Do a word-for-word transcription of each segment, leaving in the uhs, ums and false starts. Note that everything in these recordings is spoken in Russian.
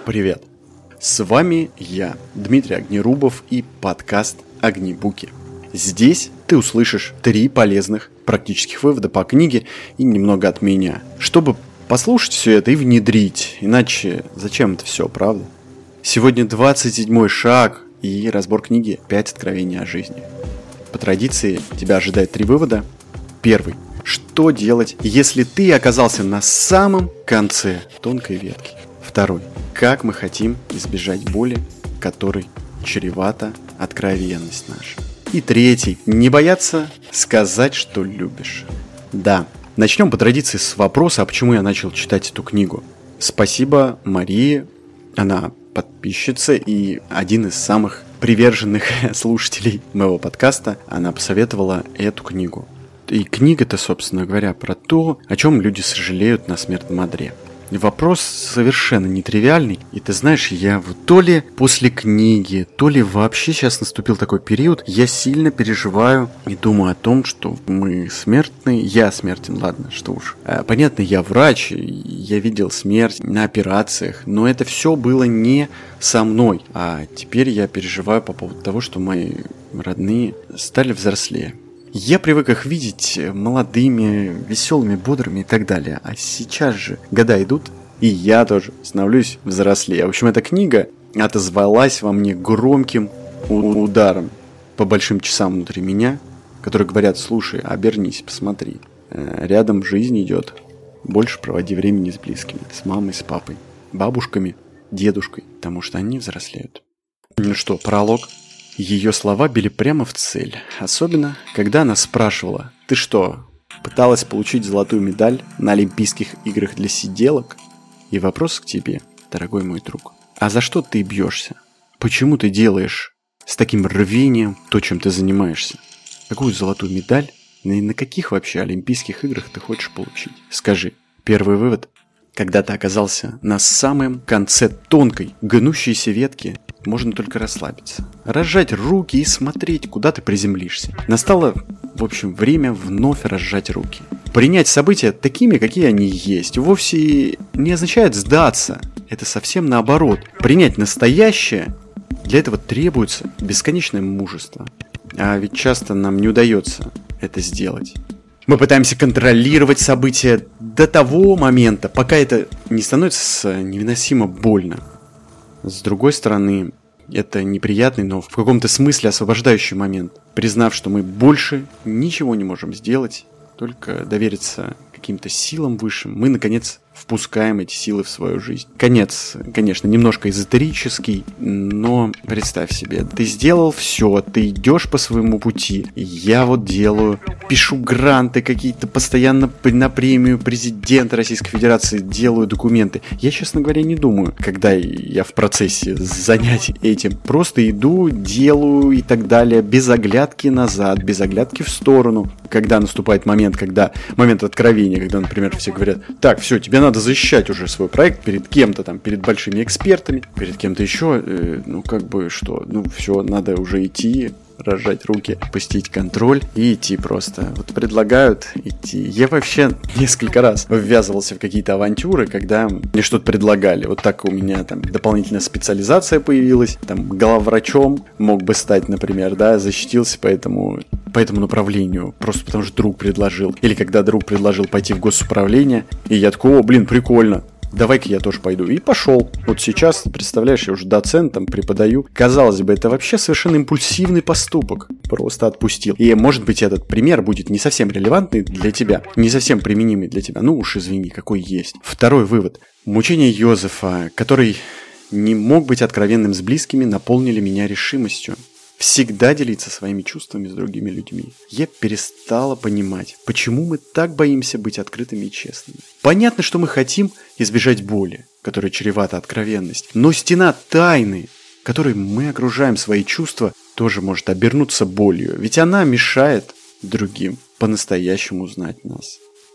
Привет! С вами я, Дмитрий Огнерубов и подкаст «Огнебуки». Здесь ты услышишь три полезных практических вывода по книге и немного от меня, чтобы послушать все это и внедрить, иначе зачем это все, правда? Сегодня двадцать седьмой шаг и разбор книги «Пять откровений о жизни». По традиции тебя ожидает три вывода. Первый. Что делать, если ты оказался на самом конце тонкой ветки? Второй. Как мы хотим избежать боли, которой чревата откровенность наша? И третий. Не бояться сказать, что любишь. Да, начнем по традиции с вопроса, а почему я начал читать эту книгу. Спасибо Марии, она подписчица и один из самых приверженных слушателей моего подкаста. Она посоветовала эту книгу. И книга-то, собственно говоря, про то, о чем люди сожалеют на смертном одре. Вопрос совершенно нетривиальный. И ты знаешь, я вот то ли после книги, то ли вообще сейчас наступил такой период, я сильно переживаю и думаю о том, что мы смертны. Я смертен, ладно, что уж. Понятно, я врач, я видел смерть на операциях, но это все было не со мной. А теперь я переживаю по поводу того, что мои родные стали взрослее. Я привык их видеть молодыми, веселыми, бодрыми и так далее. А сейчас же года идут, и я тоже становлюсь взрослее. В общем, эта книга отозвалась во мне громким ударом по большим часам внутри меня, которые говорят: слушай, обернись, посмотри. Рядом жизнь идет. Больше проводи времени с близкими, с мамой, с папой, бабушками, дедушкой, потому что они взрослеют. Ну что, пролог? Ее слова били прямо в цель, особенно, когда она спрашивала: «Ты что, пыталась получить золотую медаль на Олимпийских играх для сиделок?» И вопрос к тебе, дорогой мой друг: а за что ты бьешься? Почему ты делаешь с таким рвением то, чем ты занимаешься? Какую золотую медаль и на каких вообще Олимпийских играх ты хочешь получить? Скажи. Первый вывод. Когда ты оказался на самом конце тонкой, гнущейся ветки, можно только расслабиться, разжать руки и смотреть, куда ты приземлишься. Настало, в общем, время вновь разжать руки. Принять события такими, какие они есть, вовсе не означает сдаться. Это совсем наоборот. Принять настоящее, для этого требуется бесконечное мужество. А ведь часто нам не удается это сделать. Мы пытаемся контролировать события до того момента, пока это не становится невыносимо больно. С другой стороны, это неприятный, но в каком-то смысле освобождающий момент. Признав, что мы больше ничего не можем сделать, только довериться каким-то силам высшим, мы, наконец, впускаем эти силы в свою жизнь. Конец, конечно, немножко эзотерический, но представь себе, ты сделал все, ты идешь по своему пути. Я вот делаю, пишу гранты какие-то постоянно на премию президента Российской Федерации, делаю документы. Я, честно говоря, не думаю, когда я в процессе занятий этим. Просто иду, делаю и так далее, без оглядки назад, без оглядки в сторону. Когда наступает момент, когда момент откровения, когда, например, все говорят: так, все, тебе надо защищать уже свой проект перед кем-то там, перед большими экспертами, перед кем-то еще, э, ну как бы что, ну все, надо уже идти, разжать руки, пустить контроль и идти просто. Вот предлагают идти. Я вообще несколько раз ввязывался в какие-то авантюры, когда мне что-то предлагали. Вот так у меня там дополнительная специализация появилась, там главврачом мог бы стать, например, да, защитился по этому, по этому направлению, просто потому что друг предложил. Или когда друг предложил пойти в госуправление, и я такой: о, блин, прикольно. Давай-ка я тоже пойду. И пошел. Вот сейчас, представляешь, я уже доцентом преподаю. Казалось бы, это вообще совершенно импульсивный поступок. Просто отпустил. И, может быть, этот пример будет не совсем релевантный для тебя, не совсем применимый для тебя. Ну уж извини, какой есть. Второй вывод. Мучения Йозефа, который не мог быть откровенным с близкими, наполнили меня решимостью всегда делиться своими чувствами с другими людьми. Я перестала понимать, почему мы так боимся быть открытыми и честными. Понятно, что мы хотим избежать боли, которая чревата откровенность, но стена тайны, которой мы окружаем свои чувства, тоже может обернуться болью, ведь она мешает другим по-настоящему знать нас.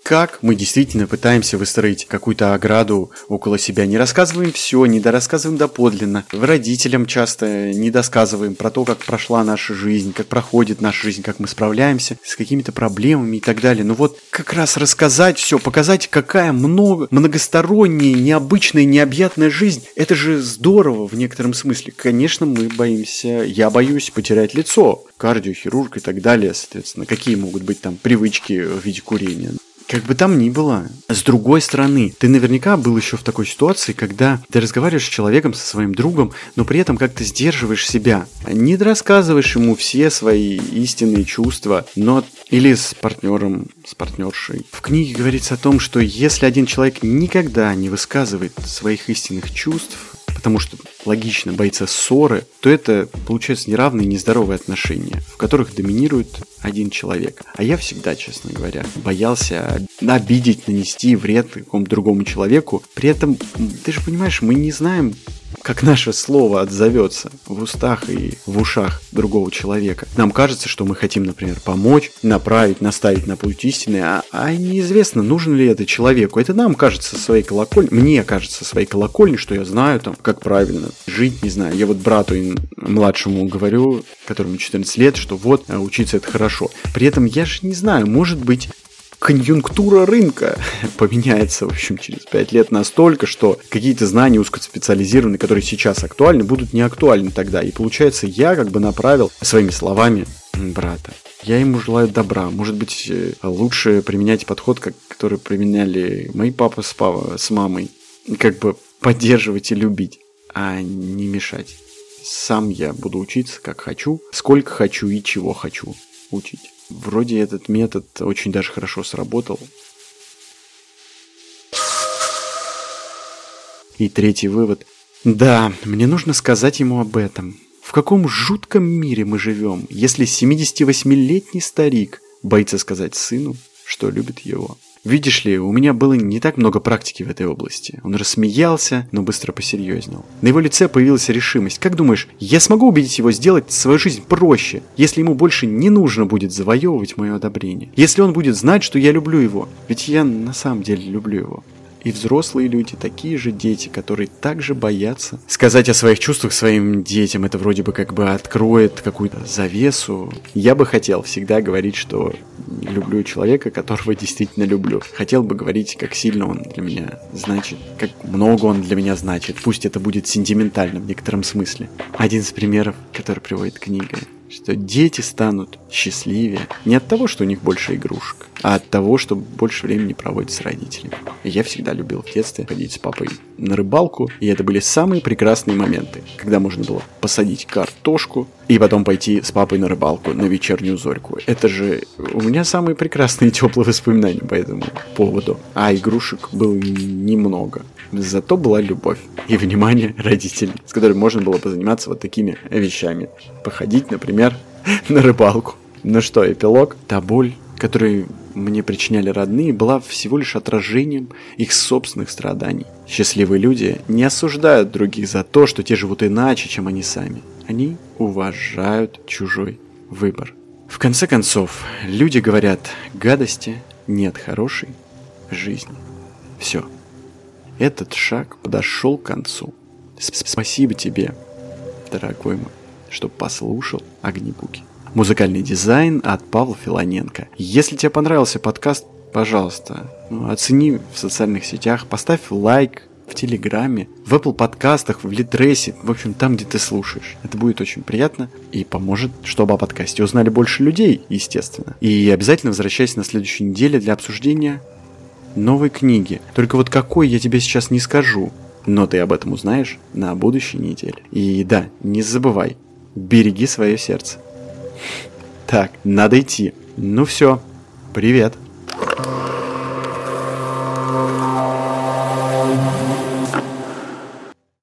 как мы действительно пытаемся выстроить какую-то ограду около себя. Не рассказываем все, не дорассказываем доподлинно. Родителям часто не досказываем про то, как прошла наша жизнь, как проходит наша жизнь, как мы справляемся с какими-то проблемами и так далее. Ну вот как раз рассказать все, показать, какая много, многосторонняя, необычная, необъятная жизнь. Это же здорово в некотором смысле. Конечно, мы боимся, я боюсь потерять лицо. Кардиохирург и так далее, соответственно. Какие могут быть там привычки в виде курения? Как бы там ни было, с другой стороны, ты наверняка был еще в такой ситуации, когда ты разговариваешь с человеком, со своим другом, но при этом как-то сдерживаешь себя. Не рассказываешь ему все свои истинные чувства, но или с партнером, с партнершей. В книге говорится о том, что если один человек никогда не высказывает своих истинных чувств, потому что логично боится ссоры, то это получается неравные, нездоровые отношения, в которых доминирует один человек. А я всегда, честно говоря, боялся обидеть, нанести вред какому-то другому человеку. При этом, ты же понимаешь, мы не знаем, как наше слово отзовется в устах и в ушах другого человека. Нам кажется, что мы хотим, например, помочь, направить, наставить на путь истины, а, а неизвестно, нужен ли это человеку. Это нам кажется со своей колокольни, мне кажется со своей колокольни, что я знаю там, как правильно жить, не знаю. Я вот брату младшему говорю, которому четырнадцать лет, что вот, учиться это хорошо. При этом я же не знаю, может быть, конъюнктура рынка поменяется, в общем, через пять лет настолько, что какие-то знания узкоспециализированные, которые сейчас актуальны, будут не актуальны тогда. И получается, я как бы направил своими словами брата. Я ему желаю добра. Может быть, лучше применять подход, как, который применяли мои папа с, папой, с мамой. Как бы поддерживать и любить, а не мешать. Сам я буду учиться, как хочу, сколько хочу и чего хочу учить. Вроде этот метод очень даже хорошо сработал. И третий вывод. Да, мне нужно сказать ему об этом. В каком жутком мире мы живем, если семидесятивосьмилетний старик боится сказать сыну, что любит его. Видишь ли, у меня было не так много практики в этой области. Он рассмеялся, но быстро посерьезнел. На его лице появилась решимость. Как думаешь, я смогу убедить его сделать свою жизнь проще, если ему больше не нужно будет завоевывать мое одобрение? Если он будет знать, что я люблю его? Ведь я на самом деле люблю его. И взрослые люди, такие же дети, которые также боятся сказать о своих чувствах своим детям. Это вроде бы как бы откроет какую-то завесу. Я бы хотел всегда говорить, что люблю человека, которого действительно люблю. Хотел бы говорить, как сильно он для меня значит, как много он для меня значит. Пусть это будет сентиментально в некотором смысле. Один из примеров, который приводит книга, что дети станут счастливее не от того, что у них больше игрушек, а от того, что больше времени проводят с родителями. И я всегда любил в детстве ходить с папой на рыбалку, и это были самые прекрасные моменты, когда можно было посадить картошку и потом пойти с папой на рыбалку, на вечернюю зорьку. Это же у меня самые прекрасные теплые воспоминания по этому поводу. А игрушек было немного. Зато была любовь и внимание родителей, с которыми можно было позаниматься вот такими вещами. Походить, например, на рыбалку. Ну что, эпилог? Та боль, которую мне причиняли родные, была всего лишь отражением их собственных страданий. Счастливые люди не осуждают других за то, что те живут иначе, чем они сами. Они уважают чужой выбор. В конце концов, люди говорят, гадости нет хорошей жизни. Все. Этот шаг подошел к концу. Спасибо тебе, дорогой мой, что послушал Огнибуки. Музыкальный дизайн от Павла Филоненко. Если тебе понравился подкаст, пожалуйста, ну, оцени в социальных сетях, поставь лайк в Телеграме, в Apple подкастах, в Литресе, в общем, там, где ты слушаешь. Это будет очень приятно и поможет, чтобы о подкасте узнали больше людей, естественно. И обязательно возвращайся на следующей неделе для обсуждения новой книги. Только вот какой, я тебе сейчас не скажу. Но ты об этом узнаешь на будущей неделе. И да, не забывай, береги свое сердце. Так, надо идти. Ну все, привет.